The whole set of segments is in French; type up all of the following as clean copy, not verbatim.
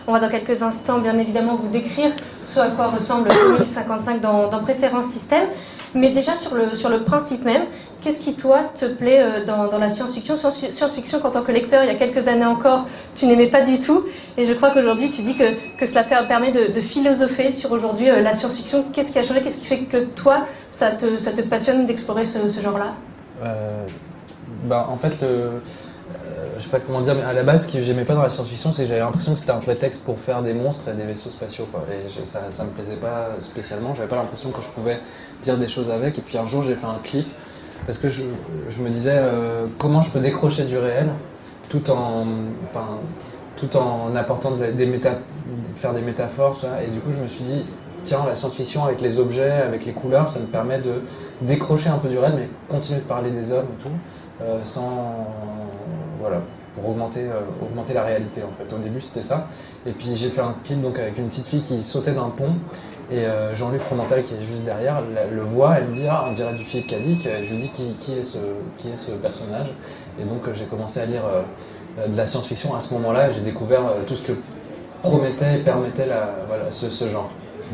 On va dans quelques instants, bien évidemment, vous décrire ce à quoi ressemble 2055 dans Préférence Système. Mais déjà, sur le principe même, qu'est-ce qui, toi, te plaît dans la science-fiction? Science-fiction qu'en tant que lecteur, il y a quelques années encore, tu n'aimais pas du tout. Et je crois qu'aujourd'hui, tu dis que cela permet de philosopher sur aujourd'hui la science-fiction. Qu'est-ce qui a changé? Qu'est-ce qui fait que toi, ça te passionne d'explorer ce genre-là? En fait, je sais pas comment dire, mais à la base, ce que j'aimais pas dans la science-fiction, c'est que j'avais l'impression que c'était un prétexte pour faire des monstres et des vaisseaux spatiaux, quoi. Et ça me plaisait pas spécialement. J'avais pas l'impression que je pouvais dire des choses avec. Et puis un jour, j'ai fait un clip parce que je me disais comment je peux décrocher du réel tout en apportant faire des métaphores, tout ça. Et du coup, je me suis dit, tiens, la science-fiction avec les objets, avec les couleurs, ça me permet de décrocher un peu du réel, mais continuer de parler des hommes et tout, pour augmenter la réalité, en fait. Au début, c'était ça. Et puis, j'ai fait un clip donc, avec une petite fille qui sautait d'un pont, et Jean-Luc Fromental, qui est juste derrière, le voit, elle me dit « Ah, on dirait du Philippe Cadic ». Je lui dis qui est ce personnage. Et donc, j'ai commencé à lire de la science-fiction à ce moment-là, et j'ai découvert tout ce que promettait et permettait ce genre.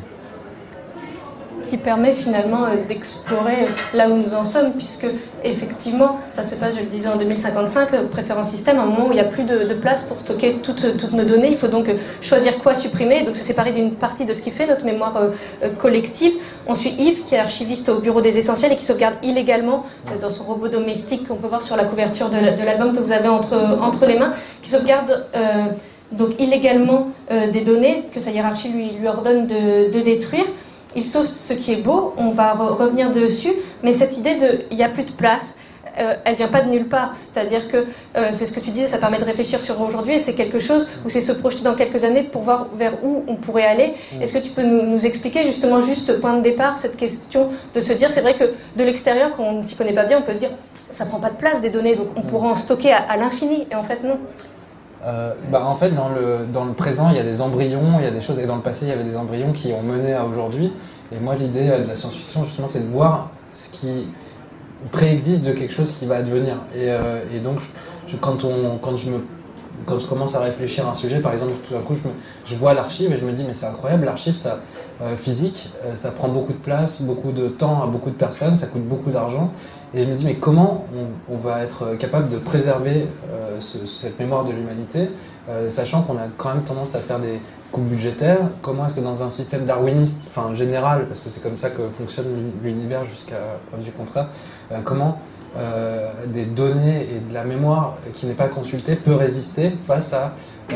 Qui permet finalement d'explorer là où nous en sommes, puisque effectivement, ça se passe, je le disais, en 2055, Préférence Système, à un moment où il n'y a plus de place pour stocker toutes nos données. Il faut donc choisir quoi supprimer, donc se séparer d'une partie de ce qui fait notre mémoire collective. On suit Yves, qui est archiviste au Bureau des Essentiels et qui sauvegarde illégalement dans son robot domestique qu'on peut voir sur la couverture de l'album que vous avez entre les mains, qui sauvegarde donc illégalement des données que sa hiérarchie lui ordonne de détruire. Il sauve ce qui est beau, on va revenir dessus, mais cette idée il n'y a plus de place, elle vient pas de nulle part. C'est-à-dire que, c'est ce que tu disais, ça permet de réfléchir sur aujourd'hui, et c'est quelque chose où c'est se projeter dans quelques années pour voir vers où on pourrait aller. Est-ce que tu peux nous expliquer justement juste ce point de départ, cette question de se dire, c'est vrai que de l'extérieur, quand on ne s'y connaît pas bien, on peut se dire, ça prend pas de place des données, donc on pourra en stocker à l'infini, et en fait non. En fait, dans le présent, il y a des embryons, il y a des choses, et dans le passé, il y avait des embryons qui ont mené à aujourd'hui. Et moi, l'idée de la science-fiction, justement, c'est de voir ce qui préexiste de quelque chose qui va advenir. Et donc, quand je commence à réfléchir à un sujet, par exemple, tout d'un coup, je vois l'archive et je me dis, mais c'est incroyable, l'archive, physique, ça prend beaucoup de place, beaucoup de temps à beaucoup de personnes, ça coûte beaucoup d'argent. Et je me dis, mais comment on va être capable de préserver cette mémoire de l'humanité, sachant qu'on a quand même tendance à faire des coupes budgétaires? Comment est-ce que dans un système darwiniste, général, parce que c'est comme ça que fonctionne l'univers jusqu'à fin du contrat, comment des données et de la mémoire qui n'est pas consultée peut résister face à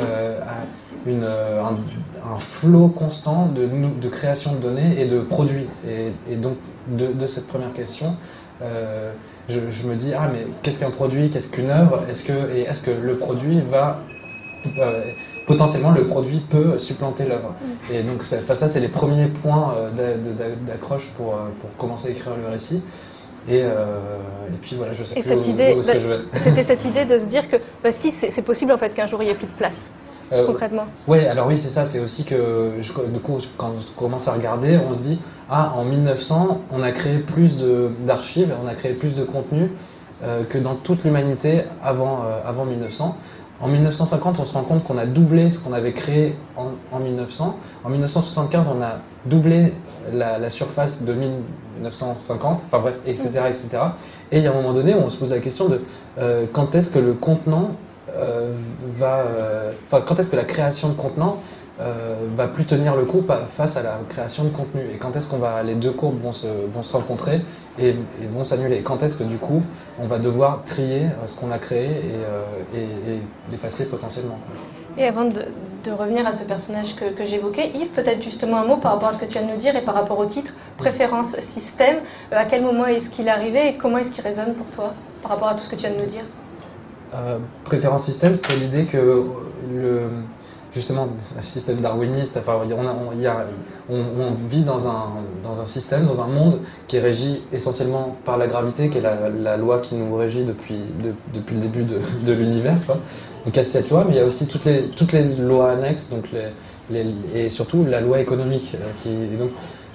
un flot constant de création de données et de produits. Et donc, de cette première question, je me dis, mais qu'est-ce qu'un produit, qu'est-ce qu'une œuvre? Est-ce que le produit va... potentiellement, le produit peut supplanter l'œuvre. Et donc, ça, c'est les premiers points d'accroche pour commencer à écrire le récit. Et puis voilà, je sais plus où est-ce que je vais. C'était cette idée de se dire que si c'est possible en fait qu'un jour il n'y ait plus de place, concrètement. Oui, alors oui, c'est ça, c'est aussi que du coup, quand on commence à regarder, on se dit, en 1900, on a créé plus d'archives, on a créé plus de contenu que dans toute l'humanité avant 1900. En 1950, on se rend compte qu'on a doublé ce qu'on avait créé en 1900. En 1975, on a doublé la surface de 1950, enfin bref, etc., etc. Et il y a un moment donné où on se pose la question de quand est-ce que le contenant quand est-ce que la création de contenant va plus tenir le coup face à la création de contenu, et quand est-ce les deux courbes vont se rencontrer et vont s'annuler, quand est-ce que du coup on va devoir trier ce qu'on a créé et l'effacer potentiellement. Et avant de revenir à ce personnage que j'évoquais, Yves, peut-être justement un mot par rapport à ce que tu viens de nous dire et par rapport au titre Préférence Système. À quel moment est-ce qu'il est arrivé et comment est-ce qu'il résonne pour toi par rapport à tout ce que tu viens de nous dire? Préférence Système, c'était l'idée que justement, le système darwiniste, on vit dans un système, dans un monde qui est régi essentiellement par la gravité, qui est la loi qui nous régit depuis le début de l'univers. Donc il y a cette loi, mais il y a aussi toutes les lois annexes, donc et surtout la loi économique. Donc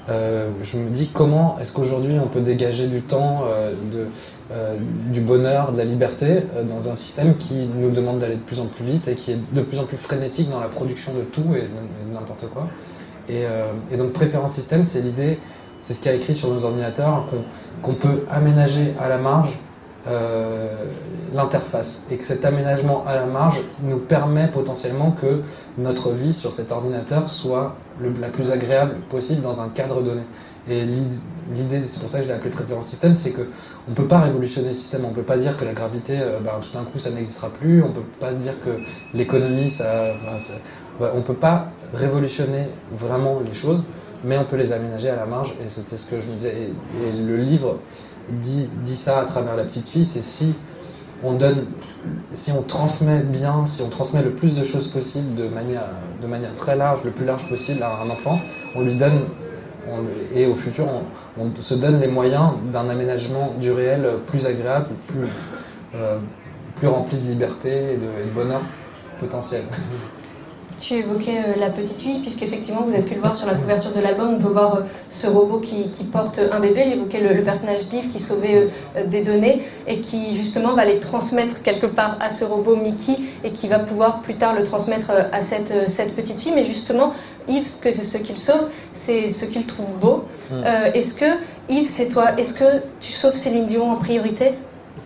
je me dis comment est-ce qu'aujourd'hui on peut dégager du temps, du bonheur, de la liberté dans un système qui nous demande d'aller de plus en plus vite et qui est de plus en plus frénétique dans la production de tout et de n'importe quoi. Et donc préférence système, c'est l'idée, c'est ce qu'il y a écrit sur nos ordinateurs, qu'on peut aménager à la marge l'interface et que cet aménagement à la marge nous permet potentiellement que notre vie sur cet ordinateur soit la plus agréable possible dans un cadre donné. Et l'idée, c'est pour ça que je l'ai appelé préférence système, c'est qu'on ne peut pas révolutionner le système, on ne peut pas dire que la gravité, tout d'un coup ça n'existera plus, on ne peut pas se dire que l'économie, on ne peut pas révolutionner vraiment les choses, mais on peut les aménager à la marge, et c'était ce que je me disais, et le livre dit ça à travers la petite fille, c'est si on transmet bien, si on transmet le plus de choses possibles de manière très large, le plus large possible à un enfant, on lui donne, et au futur, on se donne les moyens d'un aménagement du réel plus agréable, plus rempli de liberté et de bonheur potentiel. Tu évoquais la petite fille, puisqu'effectivement, vous avez pu le voir sur la couverture de l'album, on peut voir ce robot qui porte un bébé. J'évoquais le personnage d'Yves qui sauvait des données et qui justement va les transmettre quelque part à ce robot Mickey et qui va pouvoir plus tard le transmettre à cette petite fille. Mais justement, Yves, ce qu'il sauve, c'est ce qu'il trouve beau. Est-ce que, Yves, c'est toi, est-ce que tu sauves Céline Dion en priorité ?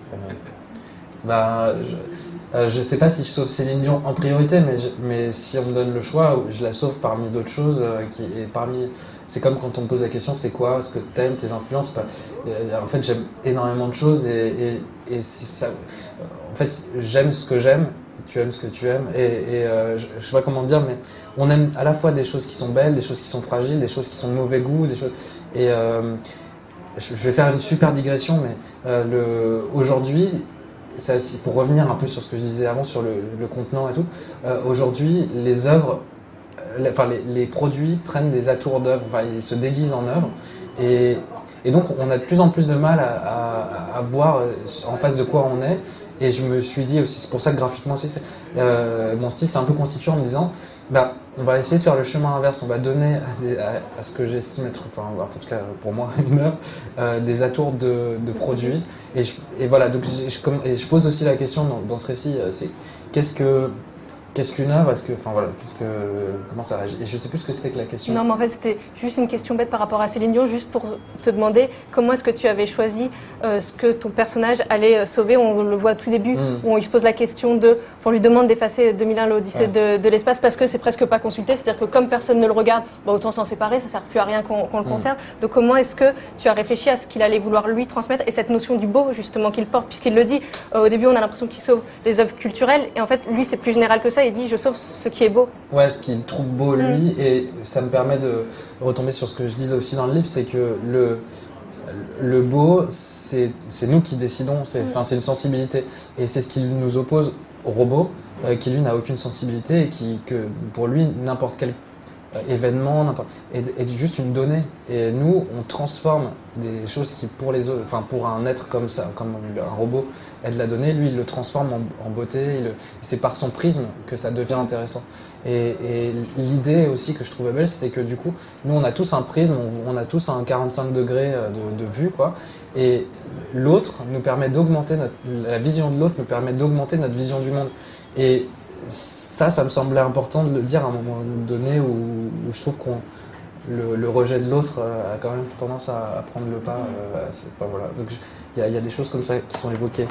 Je sais pas si je sauve Céline Dion en priorité, mais si on me donne le choix, je la sauve parmi d'autres choses. C'est comme quand on me pose la question, c'est quoi ce que t'aimes, tes influences. En fait, j'aime énormément de choses et si ça, en fait, j'aime ce que j'aime. Tu aimes ce que tu aimes je sais pas comment dire, mais on aime à la fois des choses qui sont belles, des choses qui sont fragiles, des choses qui sont de mauvais goût, des choses je vais faire une super digression, mais aujourd'hui, ça aussi, pour revenir un peu sur ce que je disais avant sur le contenant et tout, aujourd'hui les œuvres, les produits prennent des atours d'œuvres, ils se déguisent en œuvres et donc on a de plus en plus de mal à voir en face de quoi on est. Et je me suis dit aussi, c'est pour ça que graphiquement aussi, mon style s'est un peu constitué en me disant, on va essayer de faire le chemin inverse, on va donner à ce que j'estime être, en tout cas pour moi, une œuvre, des atours de produits. Et voilà, donc je pose aussi la question dans ce récit, c'est qu'est-ce qu'une œuvre, comment ça réagit? Et je sais plus ce que c'était que la question. Non, mais en fait, c'était juste une question bête par rapport à Céline Dion, juste pour te demander comment est-ce que tu avais choisi ce que ton personnage allait sauver. On le voit au tout début, où il se pose la question on lui demande d'effacer 2001, l'Odyssée de l'espace, parce que c'est presque pas consulté. C'est-à-dire que comme personne ne le regarde, autant s'en séparer, ça sert plus à rien qu'on le conserve. Donc comment est-ce que tu as réfléchi à ce qu'il allait vouloir lui transmettre et cette notion du beau, justement, qu'il porte, puisqu'il le dit, au début, on a l'impression qu'il sauve des œuvres culturelles, et en fait, lui, c'est plus général que ça. Il dit, je sauve ce qui est beau. Ouais, ce qu'il trouve beau lui, et ça me permet de retomber sur ce que je disais aussi dans le livre, c'est que le beau, c'est nous qui décidons, c'est une sensibilité, et c'est ce qui nous oppose au robot, qui lui n'a aucune sensibilité et que pour lui n'importe quel événement est juste une donnée. Et nous, on transforme des choses qui pour les autres, pour un être comme ça, comme un robot, est de la donnée, lui il le transforme en beauté, c'est par son prisme que ça devient intéressant. Et l'idée aussi que je trouvais belle, c'était que du coup, nous on a tous un prisme, on a tous un 45 degrés de vue, quoi, et l'autre nous permet d'augmenter la vision de l'autre nous permet d'augmenter notre vision du monde. Et ça me semblait important de le dire à un moment donné où je trouve le rejet de l'autre a quand même tendance à prendre le pas. Voilà. Donc il y a des choses comme ça qui sont évoquées.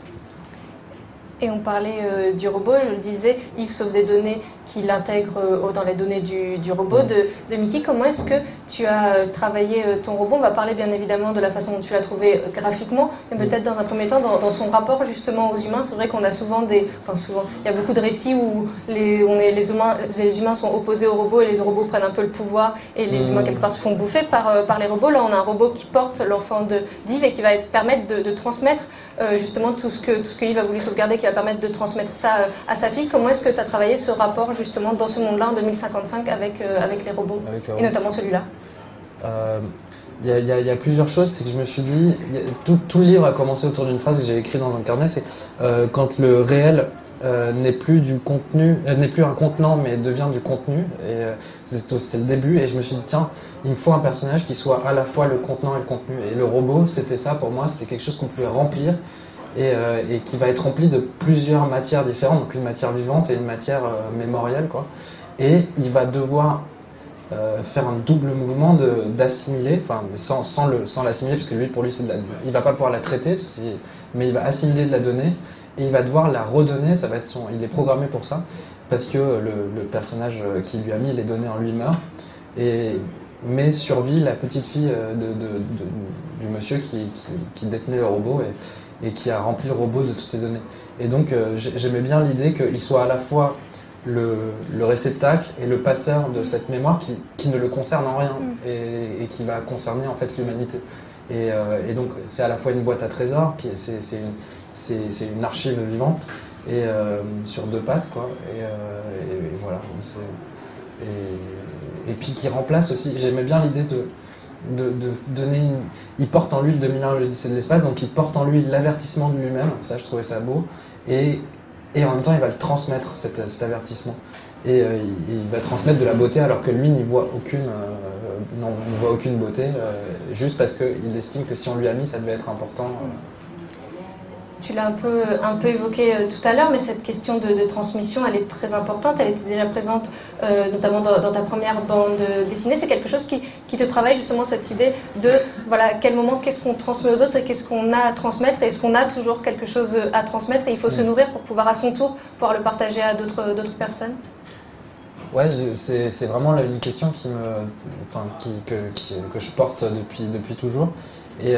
Et on parlait du robot, je le disais, Yves sauve des données qu'il intègre dans les données du robot de Mickey. Comment est-ce que tu as travaillé ton robot? On va parler bien évidemment de la façon dont tu l'as trouvé graphiquement, mais peut-être dans un premier temps dans son rapport justement aux humains. C'est vrai qu'on a souvent il y a beaucoup de récits où les humains sont opposés aux robots et les robots prennent un peu le pouvoir et les humains quelque part se font bouffer par les robots. Là on a un robot qui porte l'enfant d'Yves et qui va permettre de transmettre justement tout ce que Yves a voulu sauvegarder, qui va permettre de transmettre ça à sa fille. Comment est-ce que tu as travaillé ce rapport justement dans ce monde-là en 2055 avec les robots, et notamment celui-là? Il y a plusieurs choses. C'est que je me suis dit, tout le livre a commencé autour d'une phrase que j'ai écrite dans un carnet, c'est quand le réel n'est plus du contenu, n'est plus un contenant, mais devient du contenu. Et c'est le début. Et je me suis dit, tiens, il me faut un personnage qui soit à la fois le contenant et le contenu. Et le robot, c'était ça pour moi. C'était quelque chose qu'on pouvait remplir et qui va être rempli de plusieurs matières différentes. Donc une matière vivante et une matière mémorielle, quoi. Et il va devoir faire un double mouvement d'assimiler, enfin sans l'assimiler, parce que lui, pour lui, il va pas pouvoir la traiter, mais il va assimiler de la donnée et il va devoir la redonner. Ça va être il est programmé pour ça, parce que le personnage qui lui a mis les données en lui meurt, mais survit la petite fille du monsieur qui détenait le robot et qui a rempli le robot de toutes ces données. Et donc j'aimais bien l'idée qu'il soit à la fois le réceptacle et le passeur de cette mémoire qui ne le concerne en rien et qui va concerner en fait l'humanité. Et donc c'est à la fois une boîte à trésors, c'est une archive vivante et sur deux pattes, quoi. Et voilà. Et puis qui remplace aussi. J'aimais bien l'idée de donner il porte en lui le 2001 l'Odyssée de l'espace, donc il porte en lui l'avertissement de lui-même. Ça, je trouvais ça beau. Et en même temps, il va le transmettre, cet avertissement. Et il va transmettre de la beauté alors que lui n'y voit aucune beauté, juste parce qu'il estime que si on lui a mis, ça devait être important. Tu l'as un peu évoqué tout à l'heure, mais cette question de transmission, elle est très importante. Elle était déjà présente notamment dans ta première bande dessinée. C'est quelque chose qui te travaille justement cette idée de, voilà, à quel moment, qu'est-ce qu'on transmet aux autres et qu'est-ce qu'on a à transmettre, et est-ce qu'on a toujours quelque chose à transmettre et il faut se nourrir pour pouvoir à son tour pouvoir le partager à d'autres personnes. Ouais, c'est vraiment une question que je porte depuis toujours. Et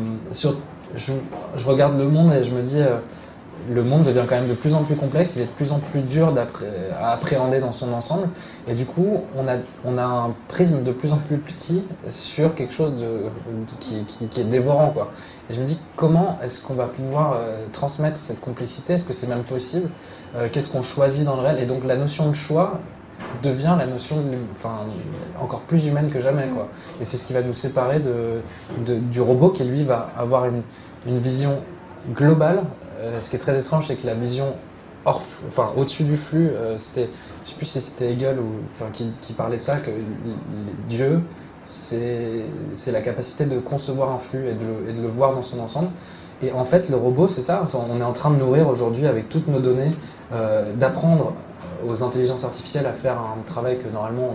je regarde le monde et je me dis, le monde devient quand même de plus en plus complexe, il est de plus en plus dur à appréhender dans son ensemble. Et du coup, on a un prisme de plus en plus petit sur quelque chose qui est dévorant, quoi. Et je me dis, comment est-ce qu'on va pouvoir transmettre cette complexité? Est-ce que c'est même possible? Qu'est-ce qu'on choisit dans le réel? Et donc la notion de choix devient la notion encore plus humaine que jamais, quoi. Et c'est ce qui va nous séparer du robot qui lui va avoir une vision globale. Ce qui est très étrange, c'est que la vision au-dessus du flux, je sais plus si c'était Hegel qui parlait de ça, que Dieu c'est la capacité de concevoir un flux et de le voir dans son ensemble. Et en fait, le robot, c'est ça. On est en train de nourrir aujourd'hui avec toutes nos données, d'apprendre aux intelligences artificielles à faire un travail que normalement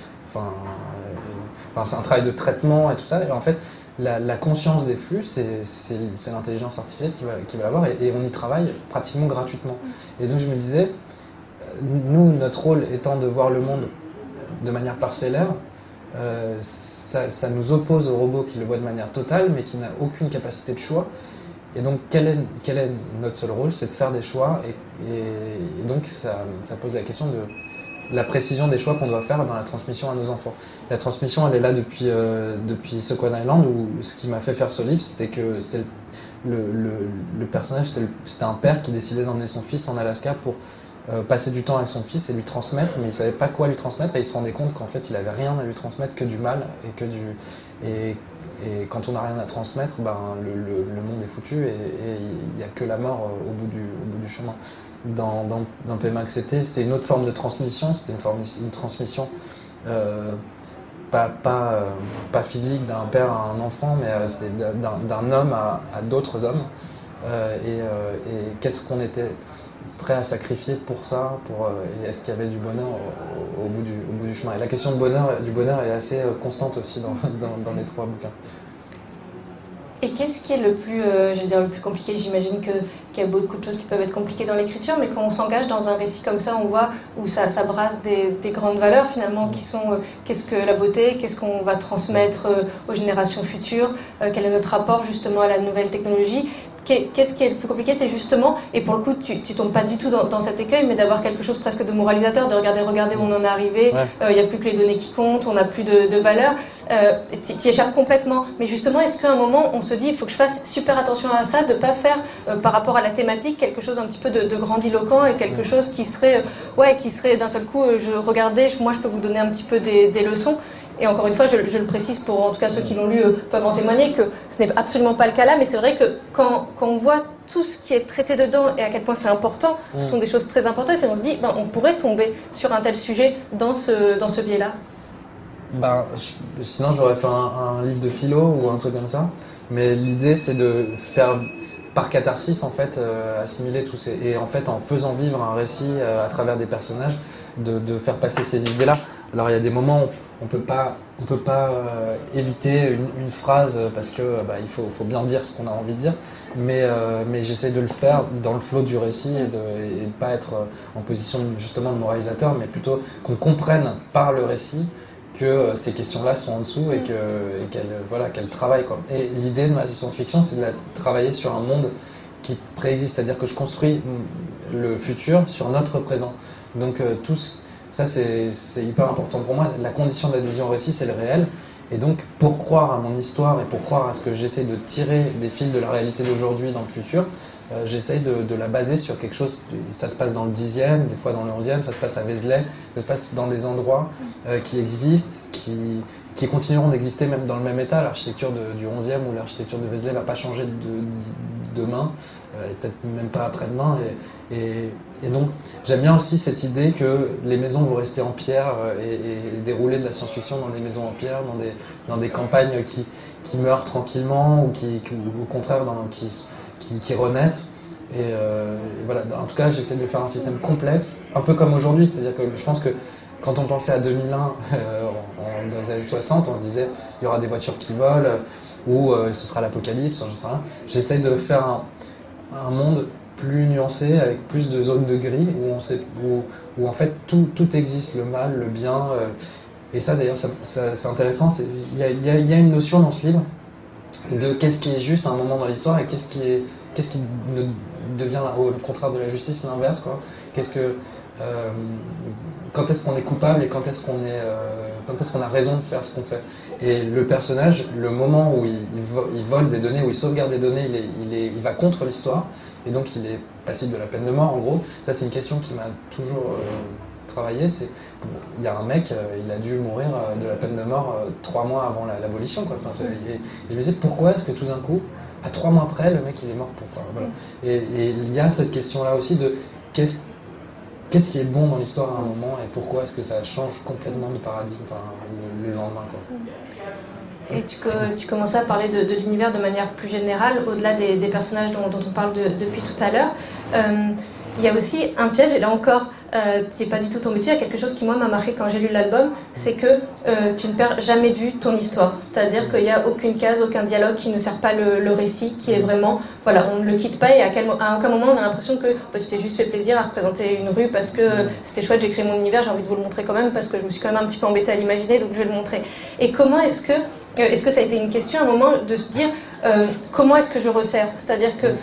c'est un travail de traitement et tout ça. Et en fait, la conscience des flux, c'est l'intelligence artificielle qui va l'avoir, et on y travaille pratiquement gratuitement. Et donc je me disais, nous, notre rôle étant de voir le monde de manière parcellaire, ça nous oppose au robot qui le voit de manière totale, mais qui n'a aucune capacité de choix. Et donc, quel est notre seul rôle? C'est de faire des choix, et donc ça pose la question de la précision des choix qu'on doit faire dans la transmission à nos enfants. La transmission, elle est là depuis Second Island, où ce qui m'a fait faire ce livre, c'était que le personnage, c'était un père qui décidait d'emmener son fils en Alaska pour passer du temps avec son fils et lui transmettre, mais il savait pas quoi lui transmettre, et il se rendait compte qu'en fait il avait rien à lui transmettre que du mal, et quand on n'a rien à transmettre, le monde est foutu, et il n'y a que la mort au bout du chemin. Dans PMAX, c'était une autre forme de transmission, c'était une transmission pas physique d'un père à un enfant, mais c'était d'un homme à d'autres hommes, et qu'est-ce qu'on était prêt à sacrifier pour ça, et est-ce qu'il y avait du bonheur au bout du chemin. Et la question du bonheur est assez constante aussi dans les trois bouquins. Et qu'est-ce qui est le plus compliqué? J'imagine qu'il y a beaucoup de choses qui peuvent être compliquées dans l'écriture, mais quand on s'engage dans un récit comme ça, on voit où ça brasse des grandes valeurs finalement, qui sont qu'est-ce que la beauté, qu'est-ce qu'on va transmettre aux générations futures, quel est notre rapport justement à la nouvelle technologie. Qu'est-ce qui est le plus compliqué? C'est justement, et pour le coup tu tombes pas du tout dans cet écueil, mais d'avoir quelque chose presque de moralisateur, de regardez où on en est arrivé, il n'y a plus que les données qui comptent, on n'a plus de valeur, tu échappes complètement. Mais justement, est-ce qu'à un moment on se dit, il faut que je fasse super attention à ça, de ne pas faire par rapport à la thématique quelque chose un petit peu de grandiloquent, et quelque chose qui serait d'un seul coup, moi je peux vous donner un petit peu des leçons. Et encore une fois, je le précise pour en tout cas ceux qui l'ont lu peuvent en témoigner, que ce n'est absolument pas le cas là, mais c'est vrai que quand on voit tout ce qui est traité dedans et à quel point c'est important, ce sont des choses très importantes et on se dit, on pourrait tomber sur un tel sujet dans ce biais-là. Sinon j'aurais fait un livre de philo ou un truc comme ça, mais l'idée c'est de faire par catharsis en fait assimiler tous ces et en fait en faisant vivre un récit à travers des personnages de faire passer ces idées-là. Alors il y a des moments où on peut pas éviter une phrase parce que il faut bien dire ce qu'on a envie de dire, mais j'essaie de le faire dans le flot du récit et de pas être en position justement de moralisateur, mais plutôt qu'on comprenne par le récit que ces questions-là sont en dessous et qu'elles travaillent, quoi. Et l'idée de ma science-fiction, c'est de travailler sur un monde qui préexiste, c'est-à-dire que je construis le futur sur notre présent. Donc ça c'est hyper important pour moi. La condition d'adhésion au récit, c'est le réel. Et donc pour croire à mon histoire et pour croire à ce que j'essaie de tirer des fils de la réalité d'aujourd'hui dans le futur, j'essaye de la baser sur quelque chose. Ça se passe dans le 10e, des fois dans le 11e, ça se passe à Vézelay, ça se passe dans des endroits qui existent, qui continueront d'exister même dans le même état. L'architecture du 11e ou l'architecture de Vézelay ne va pas changer demain, et peut-être même pas après-demain. Et donc j'aime bien aussi cette idée que les maisons vont rester en pierre et dérouler de la science-fiction dans des maisons en pierre, dans des campagnes qui meurent tranquillement ou qui au contraire qui renaissent. Et voilà, en tout cas, j'essaie de faire un système complexe, un peu comme aujourd'hui. C'est-à-dire que je pense que quand on pensait à 2001, dans les années 60, on se disait il y aura des voitures qui volent ou ce sera l'apocalypse, j'en sais rien. J'essaie de faire un monde plus nuancé, avec plus de zones de gris, où en fait tout existe, le mal, le bien. Et ça, d'ailleurs, c'est intéressant. Il y a une notion dans ce livre de qu'est-ce qui est juste à un moment dans l'histoire et qu'est-ce qui ne devient au contraire de la justice, l'inverse, quoi. Quand est-ce qu'on est coupable et quand est-ce qu'on a raison de faire ce qu'on fait. Et le personnage, le moment où il vole des données, où il sauvegarde des données, il va contre l'histoire et donc il est passible de la peine de mort, en gros. Ça, c'est une question qui m'a toujours travaillé. Il y a un mec, il a dû mourir de la peine de mort 3 mois avant l'abolition, quoi. Enfin, et je me disais, pourquoi est-ce que tout d'un coup, à 3 mois près, le mec il est mort pour faire. Voilà. Et il y a cette question-là aussi de qu'est-ce qui est bon dans l'histoire à un moment et pourquoi est-ce que ça change complètement de paradigme, le lendemain, quoi. Et tu commençais à parler de l'univers de manière plus générale, au-delà des personnages dont on parle depuis tout à l'heure. Il y a aussi un piège, et là encore, tu n'es pas du tout tombé dessus. Il y a quelque chose qui, moi, m'a marqué quand j'ai lu l'album, c'est que tu ne perds jamais de vue ton histoire. C'est-à-dire qu'il n'y a aucune case, aucun dialogue qui ne sert pas le récit, qui est vraiment... Voilà, on ne le quitte pas et à aucun moment on a l'impression que tu t'es juste fait plaisir à représenter une rue parce que c'était chouette, j'ai créé mon univers, j'ai envie de vous le montrer quand même parce que je me suis quand même un petit peu embêtée à l'imaginer, donc je vais le montrer. Et comment est-ce que ça a été une question à un moment de se dire comment est-ce que je resserre? C'est-à-dire que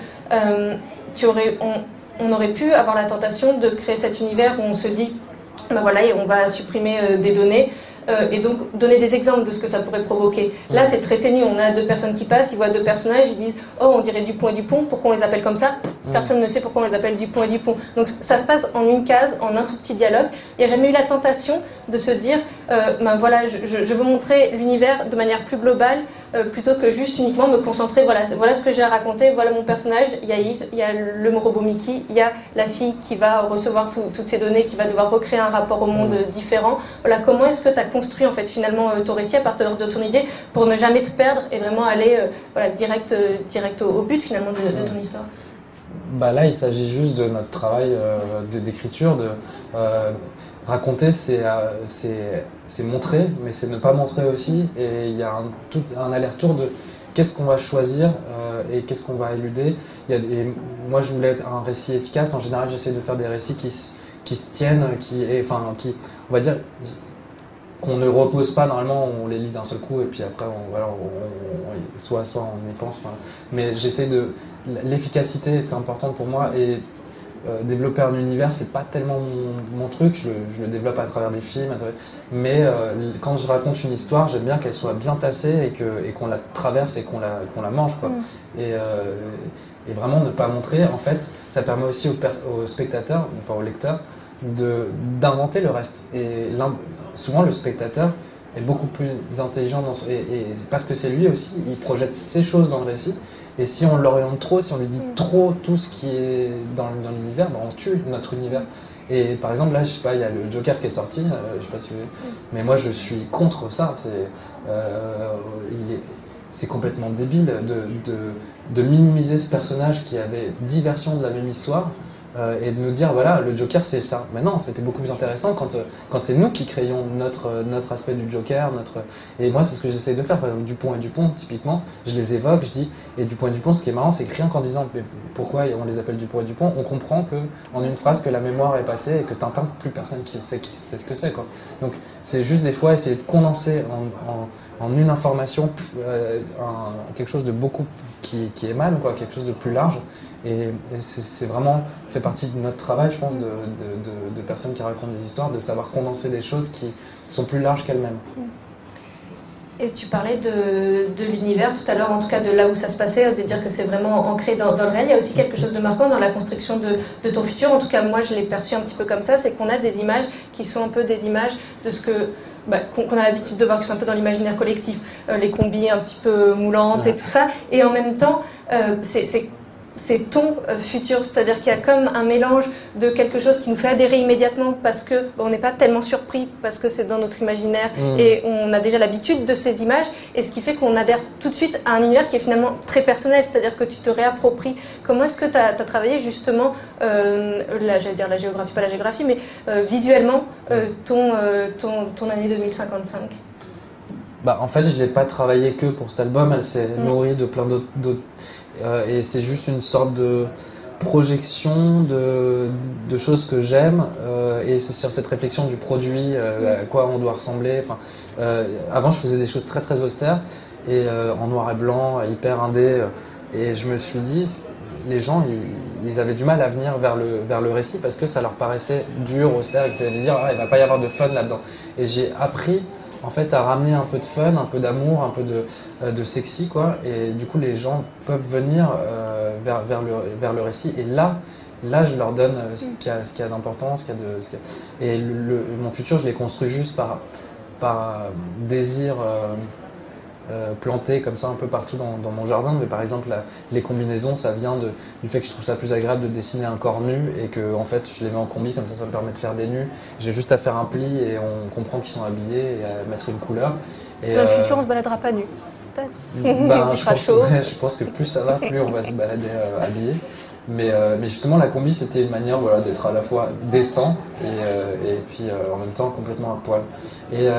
on aurait pu avoir la tentation de créer cet univers où on se dit, voilà, et on va supprimer des données, et donc donner des exemples de ce que ça pourrait provoquer. Là, c'est très ténu. On a 2 personnes qui passent, ils voient 2 personnages, ils disent « Oh, on dirait Dupont et Dupont, pourquoi on les appelle comme ça ?» Personne ne sait pourquoi on les appelle Dupont et Dupont. Donc ça se passe en une case, en un tout petit dialogue. Il n'y a jamais eu la tentation de se dire voilà, je veux montrer l'univers de manière plus globale, plutôt que juste uniquement me concentrer, voilà ce que j'ai à raconter, voilà mon personnage, il y a Yves, il y a le robot Mickey, il y a la fille qui va recevoir toutes ces données, qui va devoir recréer un rapport au monde différent. Voilà, comment est-ce que tu as construit en fait finalement ton récit à partir de ton idée pour ne jamais te perdre et vraiment aller direct au but finalement de ton histoire? Là, il s'agit juste de notre travail d'écriture, de raconter, c'est montrer, mais c'est ne pas montrer aussi. Et il y a un aller-retour de qu'est-ce qu'on va choisir et qu'est-ce qu'on va éluder. Moi, je voulais être un récit efficace. En général, j'essaie de faire des récits qui se tiennent, on va dire, qu'on ne repose pas. Normalement, on les lit d'un seul coup et puis après, soit on y pense. Mais j'essaie l'efficacité est importante pour moi et développer un univers, c'est pas tellement mon truc. Je le développe à travers des films, mais quand je raconte une histoire, j'aime bien qu'elle soit bien tassée et qu'on la traverse et qu'on la mange, quoi. Et vraiment ne pas montrer, en fait, ça permet aussi aux spectateurs, enfin aux lecteurs, d'inventer le reste. Et souvent, le spectateur est beaucoup plus intelligent et parce que c'est lui aussi, il projette ses choses dans le récit. Et si on l'oriente trop, si on lui dit trop tout ce qui est dans l'univers, on tue notre univers. Et par exemple, là, je sais pas, il y a le Joker qui est sorti, je sais pas si vous voyez, mais moi je suis contre ça. C'est complètement débile de minimiser ce personnage qui avait 10 versions de la même histoire. Et de nous dire voilà le Joker c'est ça. Mais non, c'était beaucoup plus intéressant quand c'est nous qui créions notre aspect du Joker, et moi c'est ce que j'essaye de faire. Par exemple Dupont et Dupont typiquement, je les évoque, je dis et Dupont et Dupont, ce qui est marrant c'est que rien qu'en disant pourquoi on les appelle Dupont et Dupont, on comprend que en une phrase que la mémoire est passée et que Tintin plus personne qui sait ce que c'est quoi. Donc c'est juste des fois essayer de condenser en une information quelque chose de beaucoup qui émane quoi, quelque chose de plus large. Et c'est vraiment fait partie de notre travail, je pense, de personnes qui racontent des histoires, de savoir condenser des choses qui sont plus larges qu'elles-mêmes. Et tu parlais de l'univers tout à l'heure, en tout cas de là où ça se passait, de dire que c'est vraiment ancré dans le réel. Il y a aussi quelque chose de marquant dans la construction de ton futur. En tout cas, moi, je l'ai perçu un petit peu comme ça, c'est qu'on a des images qui sont un peu des images de ce que... qu'on a l'habitude de voir, qui sont un peu dans l'imaginaire collectif, les combis un petit peu moulantes et tout ça. Et en même temps, c'est ton futur, c'est-à-dire qu'il y a comme un mélange de quelque chose qui nous fait adhérer immédiatement parce que on n'est pas tellement surpris, parce que c'est dans notre imaginaire et on a déjà l'habitude de ces images, et ce qui fait qu'on adhère tout de suite à un univers qui est finalement très personnel, c'est-à-dire que tu te réappropries. Comment est-ce que tu as travaillé justement, j'allais dire la géographie, pas la géographie, mais visuellement ton année 2055? En fait, je ne l'ai pas travaillé que pour cet album, elle s'est nourrie de plein d'autres et c'est juste une sorte de projection de choses que j'aime et c'est sur cette réflexion du produit, à quoi on doit ressembler. Avant, je faisais des choses très très austères et en noir et blanc, hyper indé, et je me suis dit, les gens, ils avaient du mal à venir vers le récit parce que ça leur paraissait dur, austère, et qu'ils allaient se dire il ne va pas y avoir de fun là-dedans. Et j'ai appris en fait à ramener un peu de fun, un peu d'amour, un peu de sexy quoi, et du coup les gens peuvent venir vers le récit, et là je leur donne ce qu'il y a d'important, et mon futur je l'ai construit juste par désir planté comme ça un peu partout dans mon jardin. Mais par exemple les combinaisons, ça vient du fait que je trouve ça plus agréable de dessiner un corps nu et que en fait je les mets en combi, comme ça me permet de faire des nus. J'ai juste à faire un pli et on comprend qu'ils sont habillés et à mettre une couleur. Et dans le futur on se baladera pas nu peut-être. Je pense que plus ça va, plus on va se balader habillé. Mais justement, la combi, c'était une manière d'être à la fois décent et puis en même temps complètement à poil. Et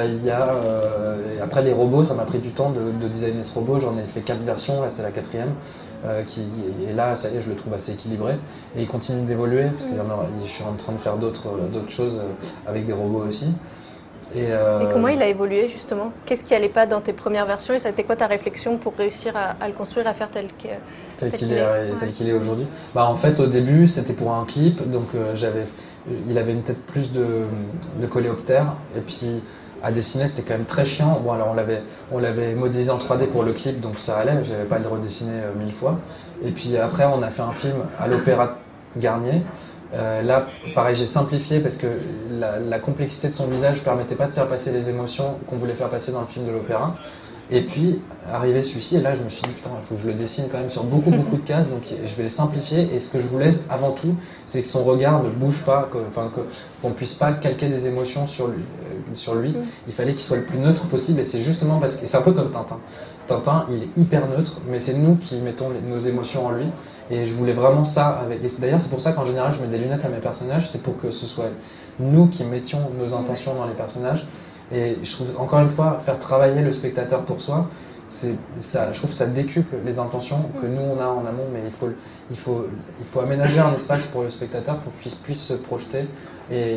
après les robots, ça m'a pris du temps de designer ce robot. J'en ai fait 4 versions, là c'est la 4e. Et là, ça y est, je le trouve assez équilibré. Et il continue d'évoluer, parce que je suis en train de faire d'autres choses avec des robots aussi. Et comment il a évolué justement? Qu'est-ce qui n'allait pas dans tes premières versions et ça a été quoi ta réflexion pour réussir à le construire, à faire tel qu'il est aujourd'hui? En fait, au début, c'était pour un clip, donc il avait une tête plus de coléoptère, et puis à dessiner, c'était quand même très chiant. Bon, alors on l'avait modélisé en 3D pour le clip, donc ça allait, je n'avais pas à le redessiner 1000 fois. Et puis après, on a fait un film à l'Opéra Garnier. Là, pareil, j'ai simplifié parce que la complexité de son visage ne permettait pas de faire passer les émotions qu'on voulait faire passer dans le film de l'opéra. Et puis, arrivé celui-ci, et là, je me suis dit, putain, il faut que je le dessine quand même sur beaucoup de cases, donc je vais les simplifier. Et ce que je voulais, avant tout, c'est que son regard ne bouge pas, qu'on ne puisse pas calquer des émotions sur lui. Il fallait qu'il soit le plus neutre possible, et c'est justement parce que c'est un peu comme Tintin. Tintin, il est hyper neutre, mais c'est nous qui mettons nos émotions en lui. Et je voulais vraiment ça. Et d'ailleurs, c'est pour ça qu'en général, je mets des lunettes à mes personnages, c'est pour que ce soit nous qui mettions nos intentions dans les personnages. Et je trouve, encore une fois, faire travailler le spectateur pour soi, je trouve que ça décuple les intentions que nous on a en amont, mais il faut aménager un espace pour le spectateur pour qu'il puisse se projeter, et